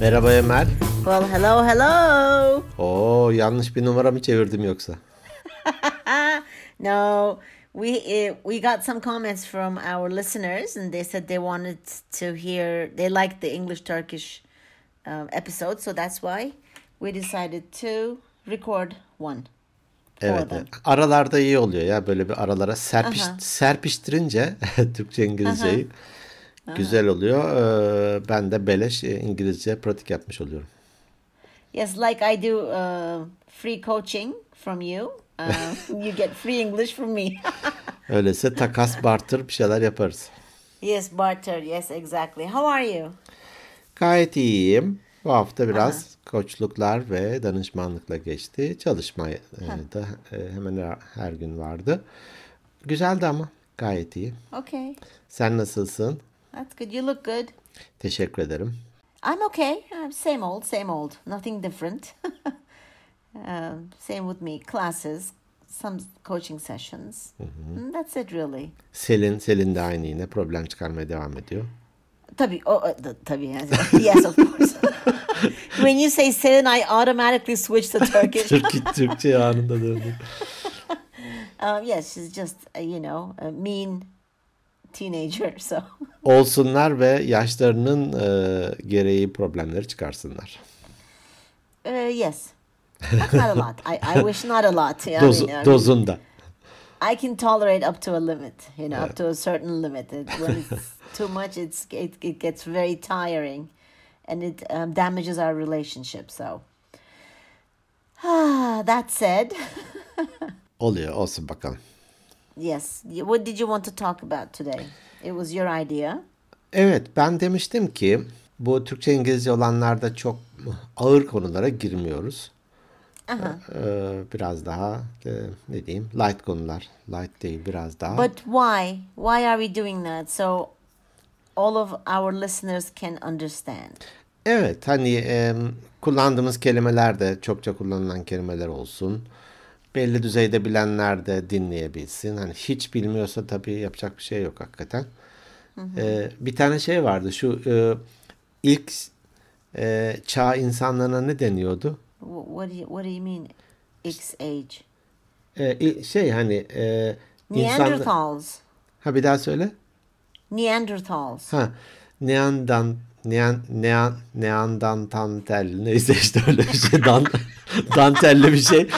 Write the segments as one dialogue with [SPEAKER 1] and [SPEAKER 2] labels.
[SPEAKER 1] Merhaba Emel.
[SPEAKER 2] Well, hello.
[SPEAKER 1] Oo, yanlış bir numara mı çevirdim yoksa?
[SPEAKER 2] No, we got some comments from our listeners, and they said they wanted to hear. They liked the English Turkish episode, so that's why we decided to record one for
[SPEAKER 1] Evet,
[SPEAKER 2] them.
[SPEAKER 1] aralarda iyi oluyor ya böyle bir aralara
[SPEAKER 2] Aha.
[SPEAKER 1] serpiştirince Türkçe
[SPEAKER 2] Aha.
[SPEAKER 1] İngilizceyi güzel oluyor. Ben de beleş İngilizce pratik yapmış oluyorum.
[SPEAKER 2] Yes, like I do free coaching from you. You get free English from me.
[SPEAKER 1] Öyleyse takas barter bir şeyler yaparız.
[SPEAKER 2] Yes, barter. Yes, exactly. How are you?
[SPEAKER 1] Gayet iyiyim. Bu hafta
[SPEAKER 2] Aha.
[SPEAKER 1] biraz koçluklar ve danışmanlıkla geçti. Çalışma
[SPEAKER 2] Huh.
[SPEAKER 1] da hemen her gün vardı. Güzeldi ama gayet iyi.
[SPEAKER 2] Okay.
[SPEAKER 1] Sen nasılsın?
[SPEAKER 2] That's good. You look good.
[SPEAKER 1] Teşekkür ederim.
[SPEAKER 2] I'm okay. Same old, same old. Nothing different. Same with me. Classes, some coaching sessions. That's it really.
[SPEAKER 1] Selin de aynı yine problem çıkarmaya devam ediyor.
[SPEAKER 2] Tabii, tabii. Yes, of course. When you say Selin, I automatically switch to Turkish.
[SPEAKER 1] Türkçe anında döndüm.
[SPEAKER 2] Yes, she's just, a mean teenager, so.
[SPEAKER 1] Olsunlar ve yaşlarının gereği problemleri çıkarsınlar.
[SPEAKER 2] Yes. That's not a lot. I wish not a lot. Yeah,
[SPEAKER 1] Dozunda.
[SPEAKER 2] I can tolerate up to a limit, up to a certain limit. When it's too much, it gets very tiring, and it damages our relationship. So, that said,
[SPEAKER 1] Oluyor, olsun bakalım.
[SPEAKER 2] yes. What did you want to talk about today? It was your idea.
[SPEAKER 1] Evet, ben demiştim ki bu Türkçe İngilizce olanlarda çok ağır konulara girmiyoruz. Biraz daha ne diyeyim, light konular. Light değil, biraz daha.
[SPEAKER 2] But why? Why are we doing that? So all of our listeners can understand.
[SPEAKER 1] Evet, hani kullandığımız kelimeler de çokça kullanılan kelimeler olsun. Belli düzeyde bilenler de dinleyebilsin. Hani hiç bilmiyorsa tabii yapacak bir şey yok hakikaten. Bir tane şey vardı. Şu ilk çağ insanlarına ne deniyordu?
[SPEAKER 2] What do you mean? X age.
[SPEAKER 1] Şey hani
[SPEAKER 2] Neanderthals.
[SPEAKER 1] Ha, bir daha söyle.
[SPEAKER 2] Neanderthals.
[SPEAKER 1] Ha, Neandertal neyse işte öyle bir şey. Dantelli bir şey.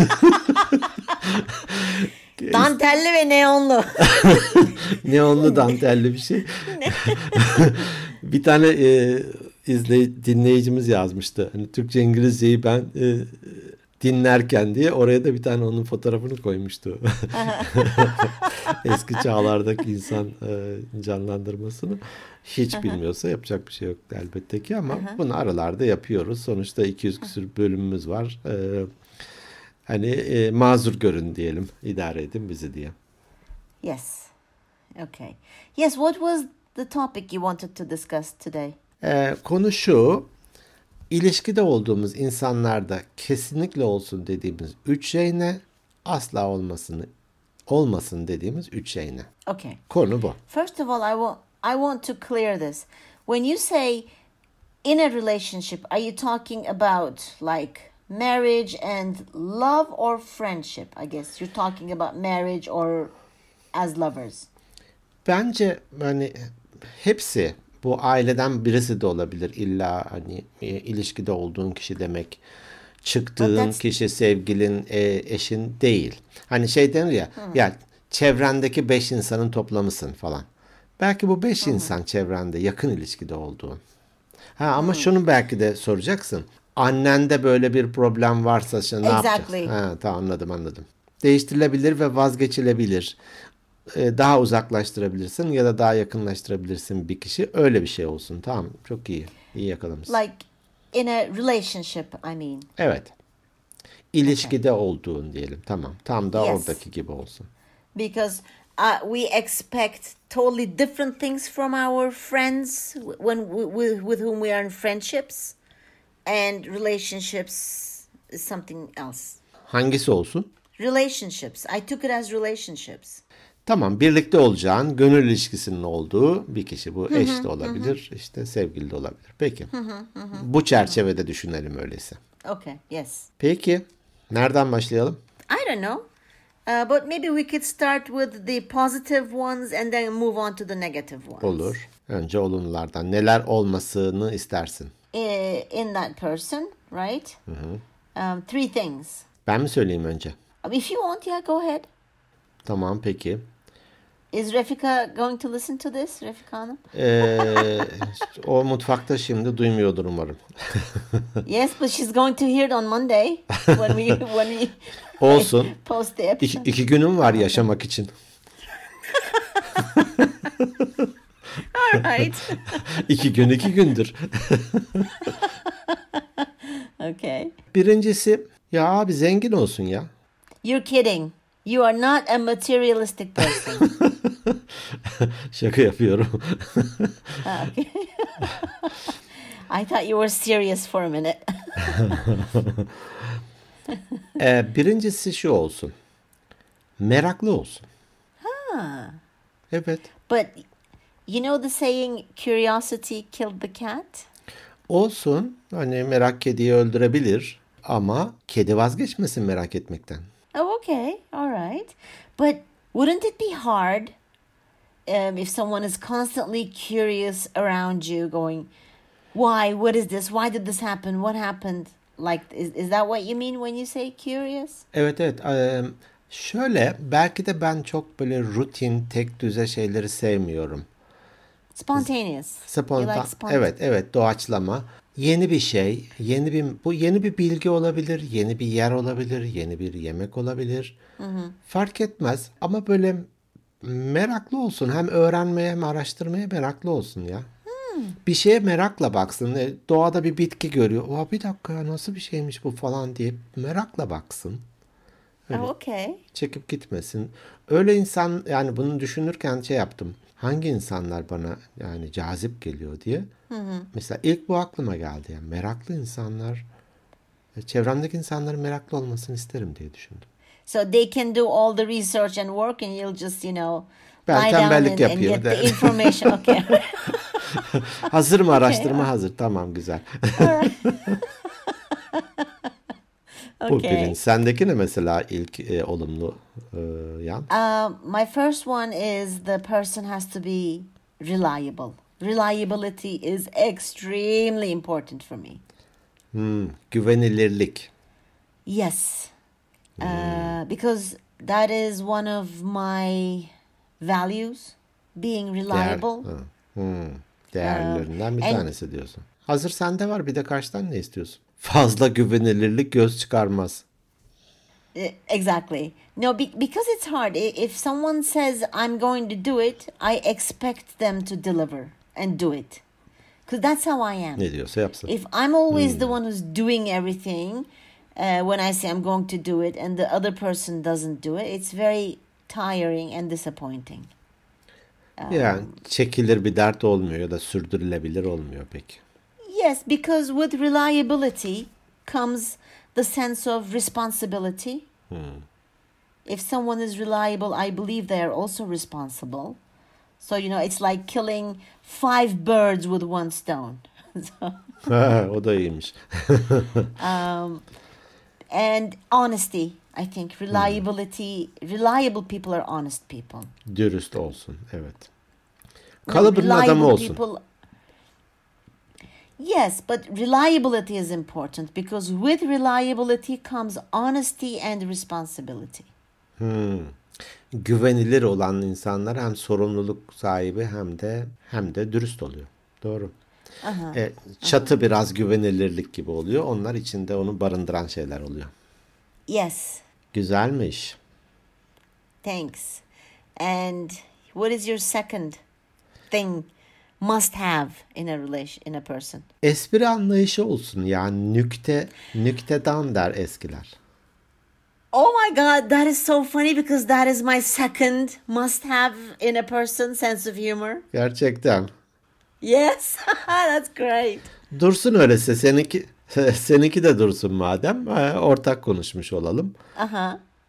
[SPEAKER 2] Dantelli ve neonlu.
[SPEAKER 1] Neonlu dantelli bir şey. Bir tane dinleyicimiz yazmıştı. Hani Türkçe İngilizceyi ben dinlerken diye oraya da bir tane onun fotoğrafını koymuştu. Eski çağlardaki insan canlandırmasını. Hiç bilmiyorsa yapacak bir şey yok elbette ki ama bunu aralarda yapıyoruz. Sonuçta 200 küsur bölümümüz var. Hani mazur görün diyelim. İdare edin bizi diye.
[SPEAKER 2] Yes. Okay. Yes, what was the topic you wanted to discuss today?
[SPEAKER 1] Konu şu. İlişkide olduğumuz insanlarda kesinlikle olsun dediğimiz 3 şey ne? Asla olmasın dediğimiz 3 şey ne?
[SPEAKER 2] Okay.
[SPEAKER 1] Konu bu.
[SPEAKER 2] First of all, I want to clear this. When you say in a relationship, are you talking about like marriage and love or friendship? I guess you're talking about marriage or as lovers.
[SPEAKER 1] Bence hani hepsi, bu aileden birisi de olabilir. İlla hani ilişkide olduğun kişi demek, çıktığın kişi sevgilin, eşin değil. Hani şey denir ya, ya çevrendeki 5 insanın toplamısın falan. Belki bu 5 insan çevrende yakın ilişkide olduğun. Ama şunu belki de soracaksın. Annende böyle bir problem varsa ne yapacaksın? Tamam, anladım. Değiştirilebilir ve vazgeçilebilir. Daha uzaklaştırabilirsin ya da daha yakınlaştırabilirsin bir kişi. Öyle bir şey olsun. Tamam, çok iyi. İyi yakalamışsın.
[SPEAKER 2] Like in a relationship, I mean.
[SPEAKER 1] Evet. İlişkide olduğun diyelim. Tamam. Tam da oradaki gibi olsun.
[SPEAKER 2] Because we expect totally different things from our friends with whom we are in friendships, and relationships is something else.
[SPEAKER 1] Hangisi olsun?
[SPEAKER 2] Relationships. I took it as relationships.
[SPEAKER 1] Tamam, birlikte olacağın, gönül ilişkisinin olduğu bir kişi. Bu eş de olabilir, işte sevgili de olabilir. Peki. Bu çerçevede düşünelim öyleyse.
[SPEAKER 2] Okay, yes.
[SPEAKER 1] Peki, nereden başlayalım?
[SPEAKER 2] I don't know. But maybe we could start with the positive ones and then move on to the negative ones.
[SPEAKER 1] Olur. Önce olumlulardan. Neler olmasını istersin?
[SPEAKER 2] In that person, right? Three things.
[SPEAKER 1] Ben mi söyleyeyim önce?
[SPEAKER 2] If you want, yeah, go ahead.
[SPEAKER 1] Tamam, peki.
[SPEAKER 2] Is Refika going to listen to this, Refika Hanım?
[SPEAKER 1] O mutfakta şimdi duymuyordur umarım.
[SPEAKER 2] Yes, but she's going to hear it on Monday when we
[SPEAKER 1] Olsun.
[SPEAKER 2] post the episode.
[SPEAKER 1] İki günüm var yaşamak için.
[SPEAKER 2] All right.
[SPEAKER 1] 2 gün 2 gündür.
[SPEAKER 2] Okay.
[SPEAKER 1] Birincisi, ya abi zengin olsun ya.
[SPEAKER 2] You're kidding. You are not a materialistic person.
[SPEAKER 1] Şaka yapıyorum.
[SPEAKER 2] Okay. I thought you were serious for a minute.
[SPEAKER 1] Birincisi şu olsun. Meraklı olsun. Evet.
[SPEAKER 2] But you know the saying, curiosity killed the cat?
[SPEAKER 1] Olsun. Hani merak kediyi öldürebilir. Ama kedi vazgeçmesin merak etmekten.
[SPEAKER 2] Oh, okay. All right. But wouldn't it be hard if someone is constantly curious around you, going, why? What is this? Why did this happen? What happened? Like, is that what you mean when you say curious?
[SPEAKER 1] Evet evet. Şöyle, belki de ben çok böyle rutin, tek düze şeyleri sevmiyorum.
[SPEAKER 2] Spontaneous. You like
[SPEAKER 1] Evet evet, doğaçlama. Yeni bir şey, yeni bir bilgi olabilir, yeni bir yer olabilir, yeni bir yemek olabilir. Fark etmez ama böyle meraklı olsun. Hem öğrenmeye hem araştırmaya meraklı olsun ya. Bir şeye merakla baksın. Doğada bir bitki görüyor. Oha, bir dakika ya, nasıl bir şeymiş bu falan diye merakla baksın. Öyle.
[SPEAKER 2] Oh, okay.
[SPEAKER 1] Çekip gitmesin. Öyle insan, yani bunu düşünürken şey yaptım. Hangi insanlar bana yani cazip geliyor diye. Mesela ilk bu aklıma geldi. Yani meraklı insanlar, çevremdeki insanların meraklı olmasını isterim diye düşündüm.
[SPEAKER 2] So they can do all the research and work and you'll just,
[SPEAKER 1] Ben
[SPEAKER 2] lie down
[SPEAKER 1] tembellik
[SPEAKER 2] and
[SPEAKER 1] yapayım
[SPEAKER 2] get
[SPEAKER 1] de.
[SPEAKER 2] the information. Okay.
[SPEAKER 1] Hazır mı araştırma? Hazır. Tamam, güzel. Bu
[SPEAKER 2] Okay.
[SPEAKER 1] birinci. Sendeki ne mesela ilk olumlu yan?
[SPEAKER 2] My first one is the person has to be reliable. Reliability is extremely important for me.
[SPEAKER 1] Güvenilirlik.
[SPEAKER 2] Yes. Because that is one of my values, being reliable.
[SPEAKER 1] Değerlerinden bir
[SPEAKER 2] and-
[SPEAKER 1] tanesi diyorsun. Hazır sende var, bir de karşıdan ne istiyorsun? Fazla güvenilirlik göz çıkarmaz.
[SPEAKER 2] Exactly. No, because it's hard. If someone says I'm going to do it, I expect them to deliver and do it. Because that's how I am.
[SPEAKER 1] Ne diyorsa yapsın.
[SPEAKER 2] If I'm always the one who's doing everything, when I say I'm going to do it and the other person doesn't do it, it's very tiring and disappointing.
[SPEAKER 1] Yani çekilir bir dert olmuyor ya da sürdürülebilir olmuyor pek.
[SPEAKER 2] Yes, because with reliability comes the sense of responsibility. If someone is reliable, I believe they are also responsible. So, it's like killing 5 birds with one stone.
[SPEAKER 1] O da iyiymiş.
[SPEAKER 2] And honesty, I think. Reliable people are honest people.
[SPEAKER 1] Dürüst olsun, evet. Kalıbının adamı olsun.
[SPEAKER 2] Yes, but reliability is important because with reliability comes honesty and responsibility.
[SPEAKER 1] Güvenilir olan insanlar hem sorumluluk sahibi hem de dürüst oluyor. Doğru. Çatı biraz güvenilirlik gibi oluyor. Onlar içinde onu barındıran şeyler oluyor.
[SPEAKER 2] Yes.
[SPEAKER 1] Güzelmiş.
[SPEAKER 2] Thanks. And what is your second thing must have in a person?
[SPEAKER 1] Espri anlayışı olsun. Yani nüktedan der eskiler.
[SPEAKER 2] Oh my God, that is so funny because that is my second must have in a person, sense of humor.
[SPEAKER 1] Gerçekten.
[SPEAKER 2] Yes, that's great.
[SPEAKER 1] Dursun öyleyse, seninki de dursun madem. Ortak konuşmuş olalım.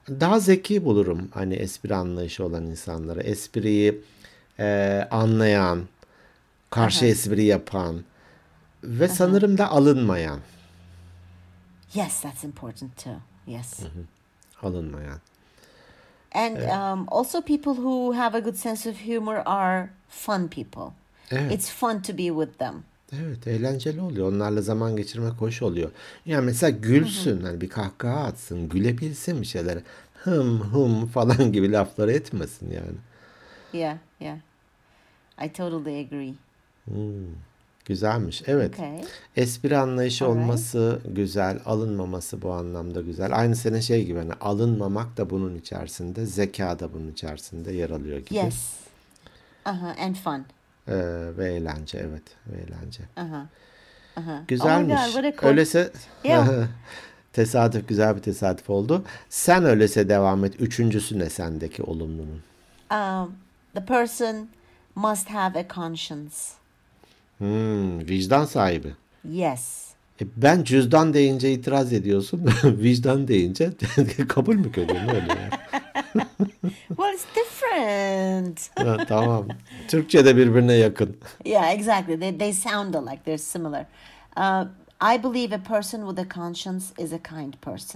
[SPEAKER 1] Daha zeki bulurum hani espri anlayışı olan insanları. Espriyi anlayan, karşı
[SPEAKER 2] Uh-huh.
[SPEAKER 1] espri yapan ve
[SPEAKER 2] Uh-huh.
[SPEAKER 1] sanırım da alınmayan.
[SPEAKER 2] Yes, that's important too. Yes.
[SPEAKER 1] Alınmayan.
[SPEAKER 2] And also people who have a good sense of humor are fun people.
[SPEAKER 1] Evet.
[SPEAKER 2] It's fun to be with them.
[SPEAKER 1] Evet, eğlenceli oluyor. Onlarla zaman geçirmek hoş oluyor. Yani mesela gülsün, hani bir kahkaha atsın, gülebilsin bir şeylere. Hım hım falan gibi lafları etmesin yani.
[SPEAKER 2] Yeah, yeah. I totally agree.
[SPEAKER 1] Güzelmiş. Evet.
[SPEAKER 2] Okay.
[SPEAKER 1] Espri anlayışı
[SPEAKER 2] All right.
[SPEAKER 1] olması güzel, alınmaması bu anlamda güzel. Aynı senin şey gibi hani alınmamak da bunun içerisinde, zeka da bunun içerisinde yer alıyor gibi.
[SPEAKER 2] Yes. Uh-huh. And fun.
[SPEAKER 1] Ve eğlence, evet, ve eğlence.
[SPEAKER 2] Uh-huh. Uh-huh. Oh my
[SPEAKER 1] Güzelmiş.
[SPEAKER 2] God, what a cool.
[SPEAKER 1] Öyleyse
[SPEAKER 2] Yeah.
[SPEAKER 1] tesadüf, güzel bir tesadüf oldu. Sen öyleyse devam et. Üçüncüsü ne sendeki olumlunun?
[SPEAKER 2] The person must have a conscience.
[SPEAKER 1] Vicdan sahibi.
[SPEAKER 2] Yes.
[SPEAKER 1] Ben cüzdan deyince itiraz ediyorsun. Vicdan deyince kabul mü görüyorsun? Ne oluyor ya?
[SPEAKER 2] Well, it's different.
[SPEAKER 1] Ha, tamam. Türkçe de birbirine yakın.
[SPEAKER 2] Yeah, exactly. They sound alike. They're similar. I believe a person with a conscience is a kind person.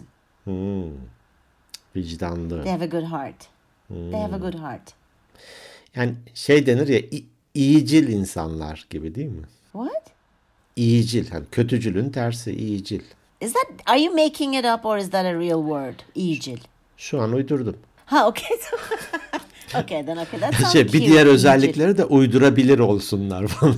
[SPEAKER 1] Vicdanlı.
[SPEAKER 2] They have a good heart. They have a good heart.
[SPEAKER 1] Yani şey denir ya iyicil insanlar gibi değil mi?
[SPEAKER 2] What?
[SPEAKER 1] İyicil. Hani kötücülün tersi iyicil.
[SPEAKER 2] Are you making it up or is that a real word? İyicil.
[SPEAKER 1] Şu an uydurdum.
[SPEAKER 2] Ha, okay. Okay, then okay. That sounds cute.
[SPEAKER 1] Bir diğer
[SPEAKER 2] İyicil.
[SPEAKER 1] özellikleri de uydurabilir olsunlar falan.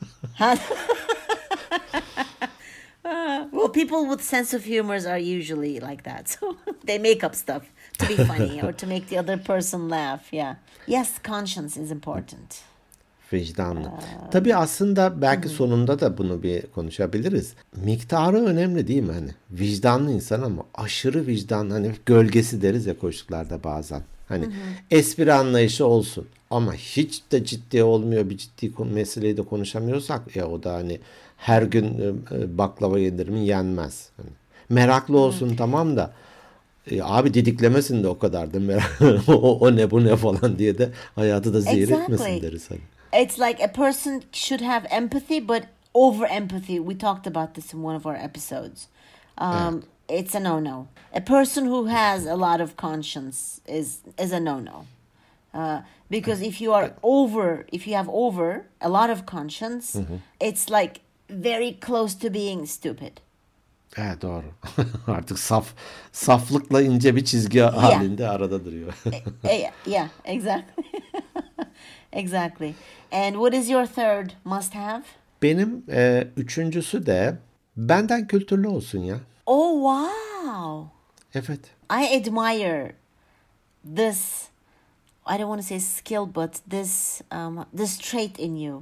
[SPEAKER 2] Well, people with sense of humors are usually like that. So they make up stuff to be funny or to make the other person laugh. Yeah. Yes, conscience is important.
[SPEAKER 1] Vicdanlı. Tabii aslında belki sonunda da bunu bir konuşabiliriz. Miktarı önemli değil mi? Hani vicdanlı insan ama aşırı vicdan hani gölgesi deriz ya koştuklarda bazen. Hani espri anlayışı olsun ama hiç de ciddi olmuyor bir ciddi meseleyi de konuşamıyorsak ya o da hani her gün baklava yenir mi yenmez. Hani meraklı olsun tamam da abi didiklemesin de o kadar da merak o ne bu ne falan diye de hayatı da zehir etmesin deriz hani.
[SPEAKER 2] It's like a person should have empathy, but over empathy. We talked about this in one of our episodes. It's a no-no. A person who has a lot of conscience is a no-no. Because if you have over a lot of conscience, it's like very close to being stupid.
[SPEAKER 1] Evet doğru. Artık saflıkla ince bir çizgi halinde arada duruyor.
[SPEAKER 2] Yeah, exactly. Exactly. And what is your third must have?
[SPEAKER 1] Benim üçüncüsü de benden kültürlü olsun ya.
[SPEAKER 2] Oh, wow.
[SPEAKER 1] Evet.
[SPEAKER 2] I admire this, I don't want to say skill, but this trait in you.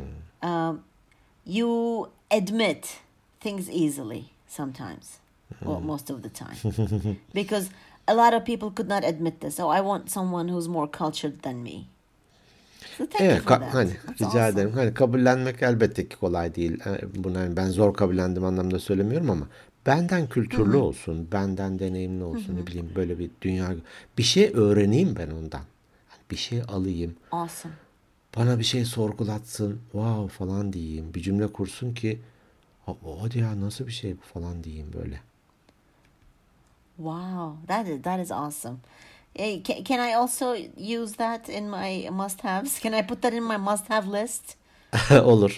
[SPEAKER 2] You admit things easily sometimes. Well, most of the time. Because a lot of people could not admit this. So I want someone who's more cultured than me. So thank you for that.
[SPEAKER 1] Hani
[SPEAKER 2] That's
[SPEAKER 1] rica
[SPEAKER 2] awesome.
[SPEAKER 1] ederim. Hani kabullenmek elbette ki kolay değil. Bunu hani ben zor kabullendim anlamda söylemiyorum ama benden kültürlü olsun, benden deneyimli olsun, ne bileyim böyle bir dünya bir şey öğreneyim ben ondan. Hani bir şey alayım.
[SPEAKER 2] Awesome.
[SPEAKER 1] Bana bir şey sorgulatsın. Wow falan diyeyim. Bir cümle kursun ki hadi ya nasıl bir şey bu falan diyeyim böyle.
[SPEAKER 2] Wow, that is awesome. Can I also use that in my must-haves? Can I put that in my must-have list?
[SPEAKER 1] Olur.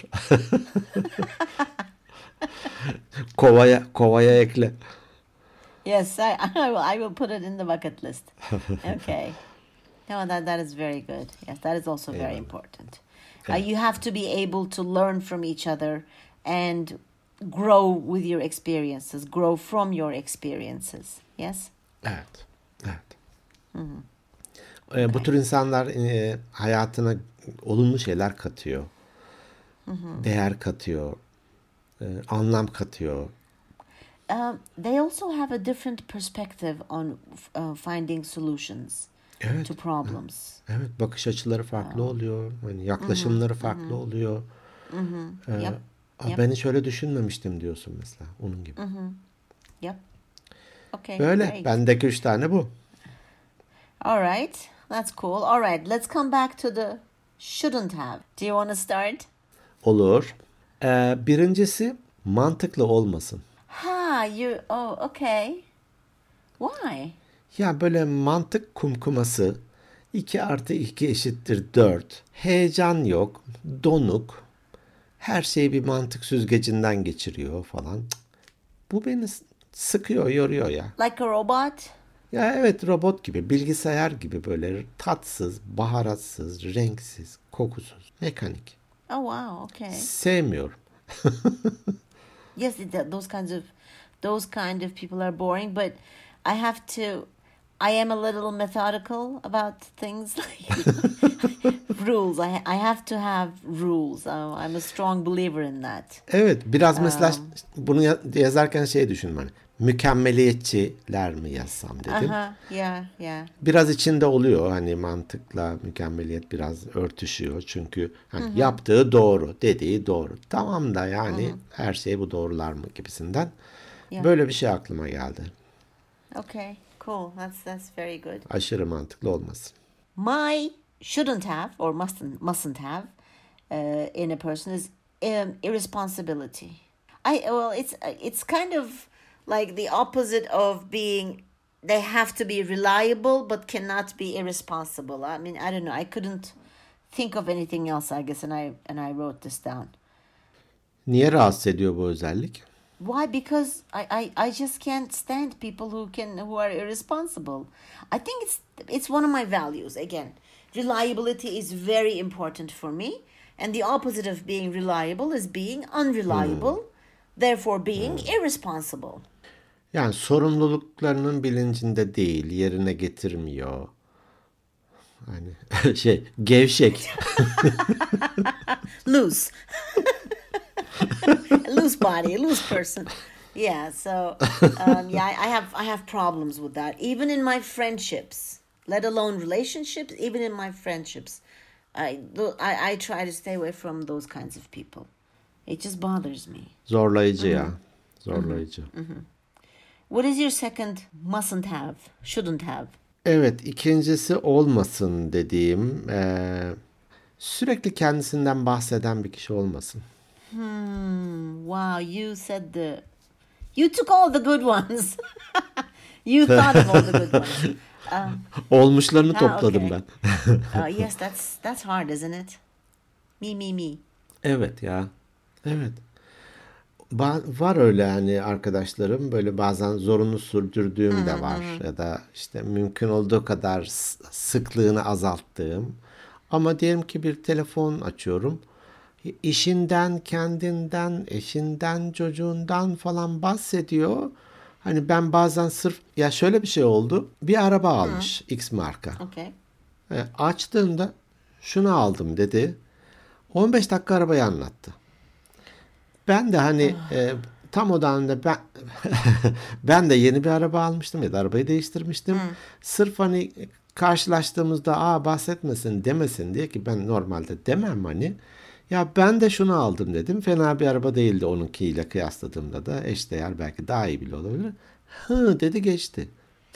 [SPEAKER 1] Kovaya ekle.
[SPEAKER 2] Yes, I will put it in the bucket list. Okay. No, that is very good. Yes, that is also very important. You have to be able to learn from each other and grow with your experiences, grow from your experiences. Yes?
[SPEAKER 1] Evet. Bu tür insanlar hayatına olumlu şeyler katıyor. Değer katıyor. Anlam katıyor.
[SPEAKER 2] They also have a different perspective on finding solutions to problems.
[SPEAKER 1] Evet, bakış açıları farklı oluyor. Yani yaklaşımları farklı oluyor.
[SPEAKER 2] Yep.
[SPEAKER 1] Ben hiç öyle düşünmemiştim diyorsun mesela. Onun gibi.
[SPEAKER 2] Yep. Okay.
[SPEAKER 1] Böyle.
[SPEAKER 2] Great.
[SPEAKER 1] Bendeki 3 tane bu.
[SPEAKER 2] All right. That's cool. All right. Let's come back to the shouldn't have. Do you want to start?
[SPEAKER 1] Olur. Birincisi mantıklı olmasın.
[SPEAKER 2] Okay. Why?
[SPEAKER 1] Ya böyle mantık kumkuması 2 + 2 = 4. Heyecan yok, donuk. Her şeyi bir mantık süzgecinden geçiriyor falan. Bu beni sıkıyor, yoruyor ya.
[SPEAKER 2] Like a robot?
[SPEAKER 1] Ya evet, robot gibi, bilgisayar gibi böyle tatsız, baharatsız, renksiz, kokusuz, mekanik.
[SPEAKER 2] Oh wow, okay.
[SPEAKER 1] Sevmiyorum.
[SPEAKER 2] Yes, those kind of people are boring, but I am a little methodical about things like rules. I have to have rules. I'm a strong believer in that.
[SPEAKER 1] Evet, biraz mesela bunu yazarken düşündüm hani. Mükemmeliyetçiler mi yazsam dedim.
[SPEAKER 2] Yeah.
[SPEAKER 1] Biraz içinde oluyor hani, mantıkla mükemmeliyet biraz örtüşüyor. Çünkü hani yaptığı doğru, dediği doğru. Tamam da yani her şey bu doğrular mı gibisinden.
[SPEAKER 2] Yeah.
[SPEAKER 1] Böyle bir şey aklıma geldi.
[SPEAKER 2] Okay, cool. That's very good.
[SPEAKER 1] Aşırı mantıklı olmasın.
[SPEAKER 2] My shouldn't have or mustn't have in a person is irresponsibility. It's kind of like the opposite of being. They have to be reliable but cannot be irresponsible. I mean, I don't know. I couldn't think of anything else, I guess, and I wrote this down.
[SPEAKER 1] Niye rahatsız ediyor bu özellik?
[SPEAKER 2] Why? Because I just can't stand people who are irresponsible. I think it's one of my values. Again, reliability is very important for me, and the opposite of being reliable is being unreliable, therefore being irresponsible.
[SPEAKER 1] Yani sorumluluklarının bilincinde değil, yerine getirmiyor. Hani gevşek.
[SPEAKER 2] Loose. Loose body, loose person. Yeah, so I have problems with that. Even in my friendships, let alone relationships, even in my friendships, I try to stay away from those kinds of people. It just bothers me.
[SPEAKER 1] Zorlayıcı ya. Zorlayıcı.
[SPEAKER 2] What is your second mustn't have, shouldn't have?
[SPEAKER 1] Evet, ikincisi olmasın dediğim, sürekli kendisinden bahseden bir kişi olmasın.
[SPEAKER 2] Wow, you took all the good ones. You thought of all the good ones.
[SPEAKER 1] Olmuşlarını topladım
[SPEAKER 2] okay.
[SPEAKER 1] ben.
[SPEAKER 2] Yes, that's hard, isn't it? Me.
[SPEAKER 1] Evet ya. Evet. Var öyle hani arkadaşlarım, böyle bazen zorunlu sürdürdüğüm de var. Ya da işte mümkün olduğu kadar sıklığını azalttığım. Ama diyelim ki bir telefon açıyorum. İşinden, kendinden, eşinden, çocuğundan falan bahsediyor. Hani ben bazen sırf, ya şöyle bir şey oldu. Bir araba almış X marka.
[SPEAKER 2] Okay.
[SPEAKER 1] Açtığımda şunu aldım dedi. 15 dakika arabayı anlattı. Ben de hani tam o dönemde ben de yeni bir araba almıştım ya da arabayı değiştirmiştim. Sırf hani karşılaştığımızda bahsetmesin demesin diye, ki ben normalde demem hani. Ya ben de şunu aldım dedim. Fena bir araba değildi onunkiyle kıyasladığımda da. Eşdeğer, belki daha iyi bile olabilir. Dedi geçti.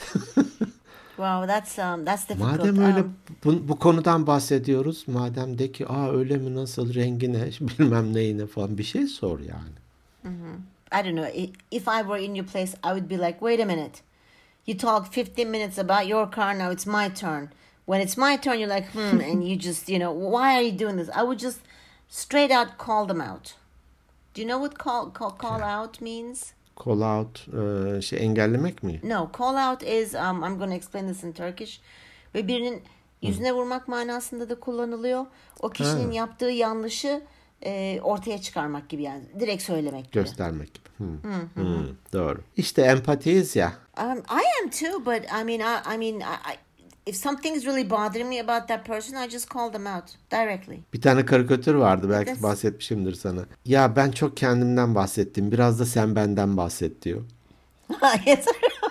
[SPEAKER 2] Wow, that's difficult.
[SPEAKER 1] Madem öyle bu konudan bahsediyoruz. Madem de ki öyle mi, nasıl, rengi ne, bilmem neyine falan bir şey sor yani.
[SPEAKER 2] I don't know. If I were in your place, I would be like, wait a minute. You talked 15 minutes about your car, now it's my turn. When it's my turn, you're like, and you just, why are you doing this? I would just straight out call them out. Do you know what call out means?
[SPEAKER 1] Call out, engellemek mi?
[SPEAKER 2] No, call out is, I'm going to explain this in Turkish. Ve birinin yüzüne vurmak manasında da kullanılıyor. O kişinin yaptığı yanlışı ortaya çıkarmak gibi, yani direkt söylemek gibi.
[SPEAKER 1] Göstermek gibi. Doğru. İşte empatiyiz ya.
[SPEAKER 2] I am too, but I mean, if something's really bothering me about that person, I just call them out directly.
[SPEAKER 1] Bir tane karikatür vardı, belki bahsetmişimdir sana. Ya ben çok kendimden bahsettim, biraz da sen benden bahset diyor.
[SPEAKER 2] Yes,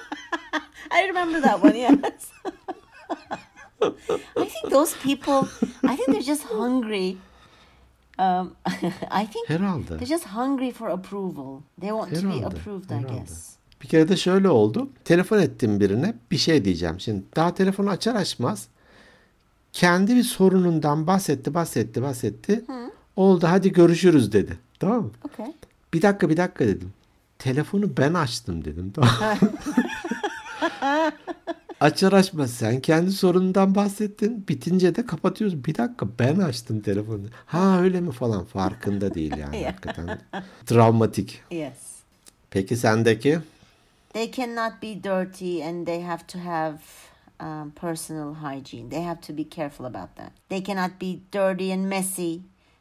[SPEAKER 2] I remember that one. Yes. I think those people, they're just hungry. I think
[SPEAKER 1] Herhalde.
[SPEAKER 2] they're just hungry for approval. They want to be approved, I guess.
[SPEAKER 1] Bir kere de şöyle oldu. Telefon ettim birine, bir şey diyeceğim. Şimdi daha telefonu açar açmaz kendi bir sorunundan bahsetti. Oldu, hadi görüşürüz dedi. Tamam mı?
[SPEAKER 2] Okay.
[SPEAKER 1] Bir dakika dedim. Telefonu ben açtım dedim. Tamam. Açar açmaz sen kendi sorunundan bahsettin. Bitince de kapatıyoruz. Bir dakika, ben açtım telefonu. Ha öyle mi falan, farkında değil yani.
[SPEAKER 2] Yeah.
[SPEAKER 1] Hakikaten travmatik.
[SPEAKER 2] Yes.
[SPEAKER 1] Peki sendeki?
[SPEAKER 2] They cannot be dirty and they have to have personal hygiene. They have to be careful about that. They cannot be dirty and messy.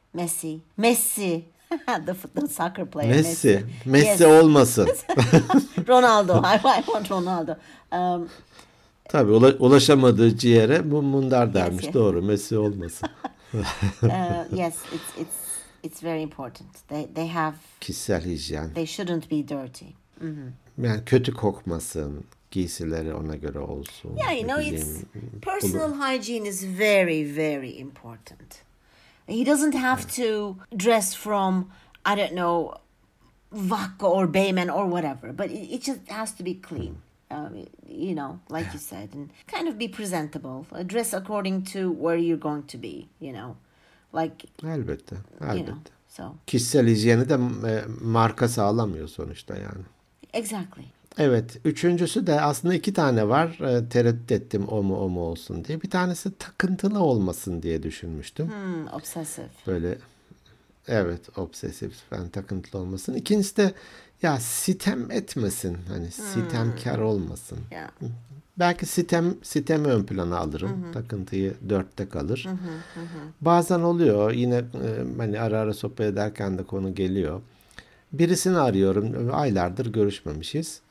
[SPEAKER 2] Messi. the soccer player.
[SPEAKER 1] Messi
[SPEAKER 2] Yes.
[SPEAKER 1] olmasın.
[SPEAKER 2] Ronaldo. I want Ronaldo.
[SPEAKER 1] Tabii ulaşamadığı ciğere mundar dermiş.
[SPEAKER 2] yes.
[SPEAKER 1] Doğru, Messi olmasın.
[SPEAKER 2] Yes, it's very important. They have.
[SPEAKER 1] Kişisel hijyen.
[SPEAKER 2] They shouldn't be dirty.
[SPEAKER 1] Yani kötü kokmasın. Giysileri ona göre olsun.
[SPEAKER 2] Yeah, you know, personal hygiene is very, very important. He doesn't have to dress from, I don't know, Vaka or Bayman or whatever, but it just has to be clean. You know, like you said, and kind of be presentable. Dress according to where you're going to be, you know. Like,
[SPEAKER 1] Elbette.
[SPEAKER 2] you know, so.
[SPEAKER 1] Kişisel hijyeni de marka sağlamıyor sonuçta yani.
[SPEAKER 2] Exactly.
[SPEAKER 1] Evet. Üçüncüsü de aslında 2 tane var. Tereddüt ettim o mu olsun diye. Bir tanesi takıntılı olmasın diye düşünmüştüm.
[SPEAKER 2] Obsessive.
[SPEAKER 1] Böyle evet, obsesif, takıntılı olmasın. İkincisi de ya sitem etmesin. Hani sitemkar olmasın.
[SPEAKER 2] Yeah.
[SPEAKER 1] Belki sitemi ön plana alırım. Takıntıyı 4'te kalır. Bazen oluyor. Yine hani ara sohbet ederken de konu geliyor. Birisini arıyorum. Aylardır görüşmemişiz.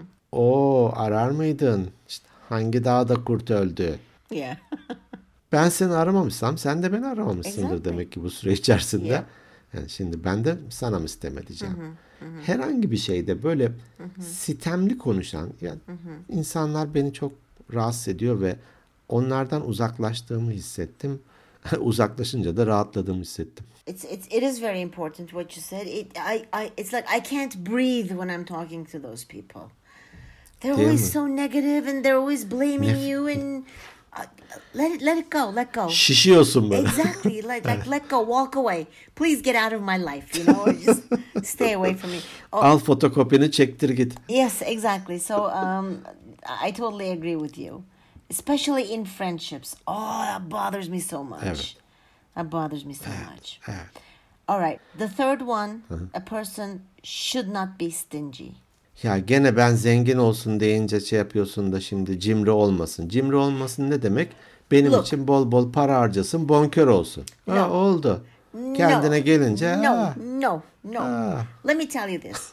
[SPEAKER 1] O arar mıydın? İşte hangi dağda kurt öldü?
[SPEAKER 2] Yeah.
[SPEAKER 1] Ben seni aramamışsam sen de beni aramamışsındır
[SPEAKER 2] Exactly.
[SPEAKER 1] demek ki bu süre içerisinde.
[SPEAKER 2] Yeah.
[SPEAKER 1] Yani şimdi ben de sana mı sitem edeceğim? Herhangi bir şeyde böyle sitemli konuşan insanlar beni çok rahatsız ediyor ve onlardan uzaklaştığımı hissettim. Uzaklaşınca da rahatladığımı hissettim.
[SPEAKER 2] It is very important what you said. It's like I can't breathe when I'm talking to those people. They're
[SPEAKER 1] Değil
[SPEAKER 2] always
[SPEAKER 1] mi?
[SPEAKER 2] so negative and they're always blaming you and let it go.
[SPEAKER 1] Şişiyorsun böyle.
[SPEAKER 2] Exactly. Like let go, walk away. Please get out of my life, you know, or just stay away from me. Oh,
[SPEAKER 1] Al fotokopini çektir git.
[SPEAKER 2] yes, exactly. So I totally agree with you. Especially in friendships. Oh, that bothers me so much.
[SPEAKER 1] Evet.
[SPEAKER 2] That bothers me so much.
[SPEAKER 1] Evet.
[SPEAKER 2] All right. The third one, a person should not be stingy.
[SPEAKER 1] Ya gene ben zengin olsun deyince şey yapıyorsun da şimdi cimri olmasın. Cimri olmasın ne demek? Benim
[SPEAKER 2] Look.
[SPEAKER 1] için bol bol para harcasın, bonkör olsun. Ha, oldu. Kendine gelince
[SPEAKER 2] No.
[SPEAKER 1] Ah.
[SPEAKER 2] Let me tell you this.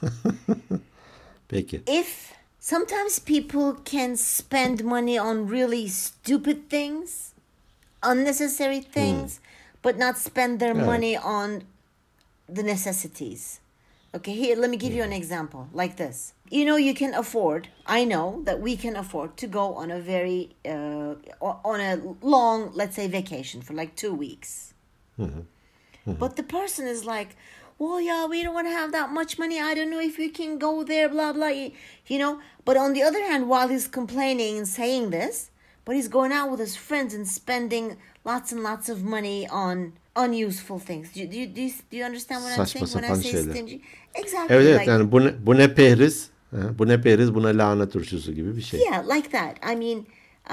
[SPEAKER 1] Peki.
[SPEAKER 2] If sometimes people can spend money on really stupid things, unnecessary things, but not spend their money on the necessities. Okay, here, let me give you an example like this. You know, you can afford, I know that we can afford to go on a very, on a long, let's say, vacation for like 2 weeks. But the person is like, well, yeah, we don't want to have that much money. I don't know if we can go there, blah, blah, you know. But on the other hand, while he's complaining and saying this, but he's going out with his friends and spending lots and lots of money on unuseful things. Do you understand what I'm
[SPEAKER 1] Saçma
[SPEAKER 2] saying when I
[SPEAKER 1] sapan
[SPEAKER 2] say
[SPEAKER 1] şeyler.
[SPEAKER 2] stingy? Exactly.
[SPEAKER 1] Evet
[SPEAKER 2] like,
[SPEAKER 1] yani bu ne pehriz? Bu ne pehriz, buna lahana turşusu gibi bir şey.
[SPEAKER 2] yeah, like that. I mean,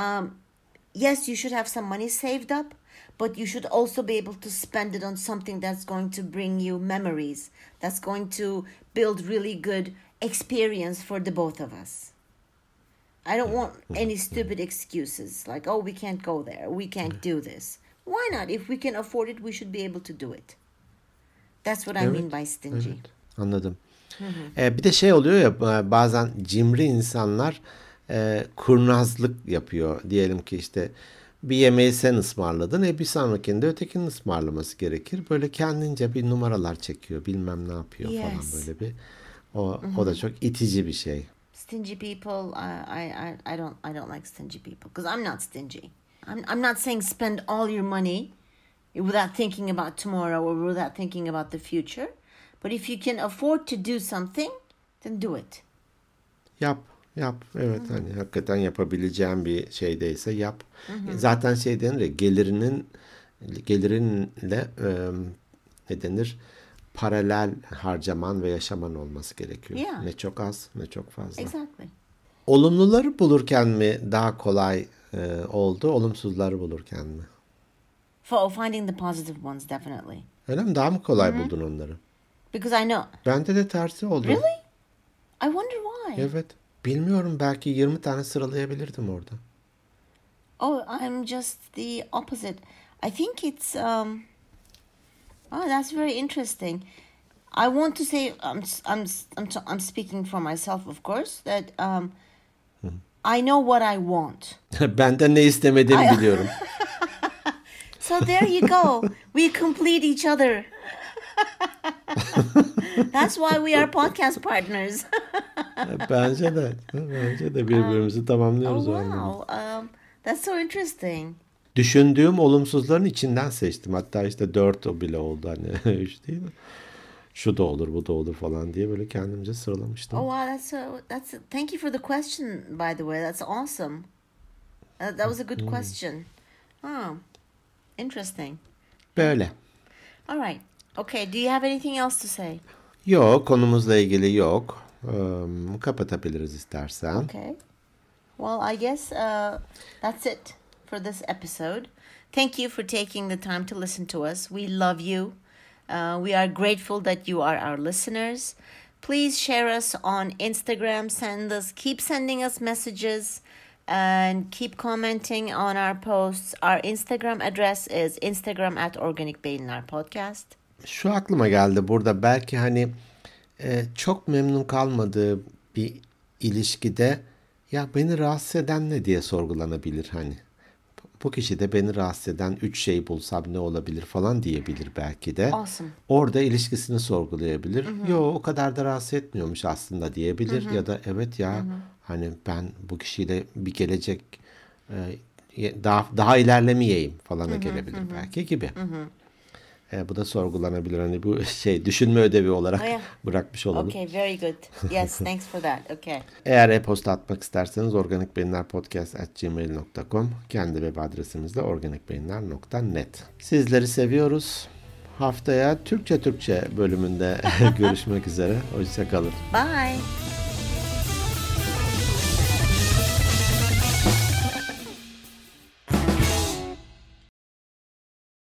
[SPEAKER 2] yes, you should have some money saved up, but you should also be able to spend it on something that's going to bring you memories, that's going to build really good experience for the both of us. I don't want any stupid excuses like, oh, we can't go there, we can't do this. Why not? If we can afford it, we should be able to do it. That's what I mean by stingy.
[SPEAKER 1] Evet, anladım. Bir de şey oluyor ya, bazen cimri insanlar kurnazlık yapıyor. Diyelim ki işte bir yemeği sen ısmarladın. Bir sonrakinde ötekinin ısmarlaması gerekir. Böyle kendince bir numaralar çekiyor. Bilmem ne yapıyor falan
[SPEAKER 2] Yes.
[SPEAKER 1] böyle bir. O da çok itici bir şey.
[SPEAKER 2] Stingy people, I don't like stingy people because I'm not stingy. I'm not saying spend all your money without thinking about tomorrow or without thinking about the future. But if you can afford to do something, then do it.
[SPEAKER 1] Yap. Evet, hani hakikaten yapabileceğin bir şeydeyse yap. Zaten şey denir ya, gelirininle ne denir? Paralel harcaman ve yaşaman olması gerekiyor.
[SPEAKER 2] Yeah.
[SPEAKER 1] Ne çok az ne çok fazla.
[SPEAKER 2] Exactly.
[SPEAKER 1] Olumluları bulurken mi daha kolay oldu, olumsuzları bulurken mi?
[SPEAKER 2] For finding the positive ones, definitely.
[SPEAKER 1] Öyle mi? Daha mı kolay buldun onları?
[SPEAKER 2] Because I know.
[SPEAKER 1] Bende de tersi oldu.
[SPEAKER 2] Really? I wonder why.
[SPEAKER 1] Evet. Bilmiyorum, belki 20 tane sıralayabilirdim orada.
[SPEAKER 2] Oh, I'm just the opposite. I think it's oh, that's very interesting. I want to say I'm speaking for myself, of course, that I know what I want.
[SPEAKER 1] Benden ne istemediğimi biliyorum.
[SPEAKER 2] So there you go. We complete each other. That's why we are podcast partners.
[SPEAKER 1] Bence de birbirimizi tamamlıyoruz o anlamda.
[SPEAKER 2] Wow. That's so interesting.
[SPEAKER 1] Düşündüğüm olumsuzların içinden seçtim. Hatta işte 4 o bile oldu, hani 3 değil mi? Şu da olur, bu da olur falan diye böyle kendimce sıralamıştım.
[SPEAKER 2] Oh wow, thank you for the question, by the way. That's awesome. That was a good question. Interesting.
[SPEAKER 1] Böyle.
[SPEAKER 2] All right. Okay, do you have anything else to say?
[SPEAKER 1] Yok, konumuzla ilgili yok. Kapatabiliriz istersen.
[SPEAKER 2] Okay. Well, I guess that's it for this episode. Thank you for taking the time to listen to us. We love you. We are grateful that you are our listeners. Please share us on Instagram. Keep sending us messages and keep commenting on our posts. Our Instagram address is instagram@organikbeyinlerpodcast.
[SPEAKER 1] Şu aklıma geldi burada, belki hani çok memnun kalmadığı bir ilişkide ya beni rahatsız eden ne diye sorgulanabilir hani. Bu kişi de beni rahatsız eden 3 şey bulsam ne olabilir falan diyebilir belki de.
[SPEAKER 2] Awesome.
[SPEAKER 1] Orada ilişkisini sorgulayabilir. Yo, o kadar da rahatsız etmiyormuş aslında diyebilir. Ya da evet ya hani ben bu kişiyle bir gelecek daha ilerlemeyeyim falana gelebilir belki gibi. Bu da sorgulanabilir. Hani bu düşünme ödevi olarak bırakmış olalım.
[SPEAKER 2] Okay, very good. Yes, thanks for that. Okay.
[SPEAKER 1] Eğer e-posta atmak isterseniz organikbeyinlerpodcast@gmail.com, kendi web adresimizde organikbeyinler.net. Sizleri seviyoruz. Haftaya Türkçe bölümünde görüşmek üzere. Hoşça kalın.
[SPEAKER 2] Bye.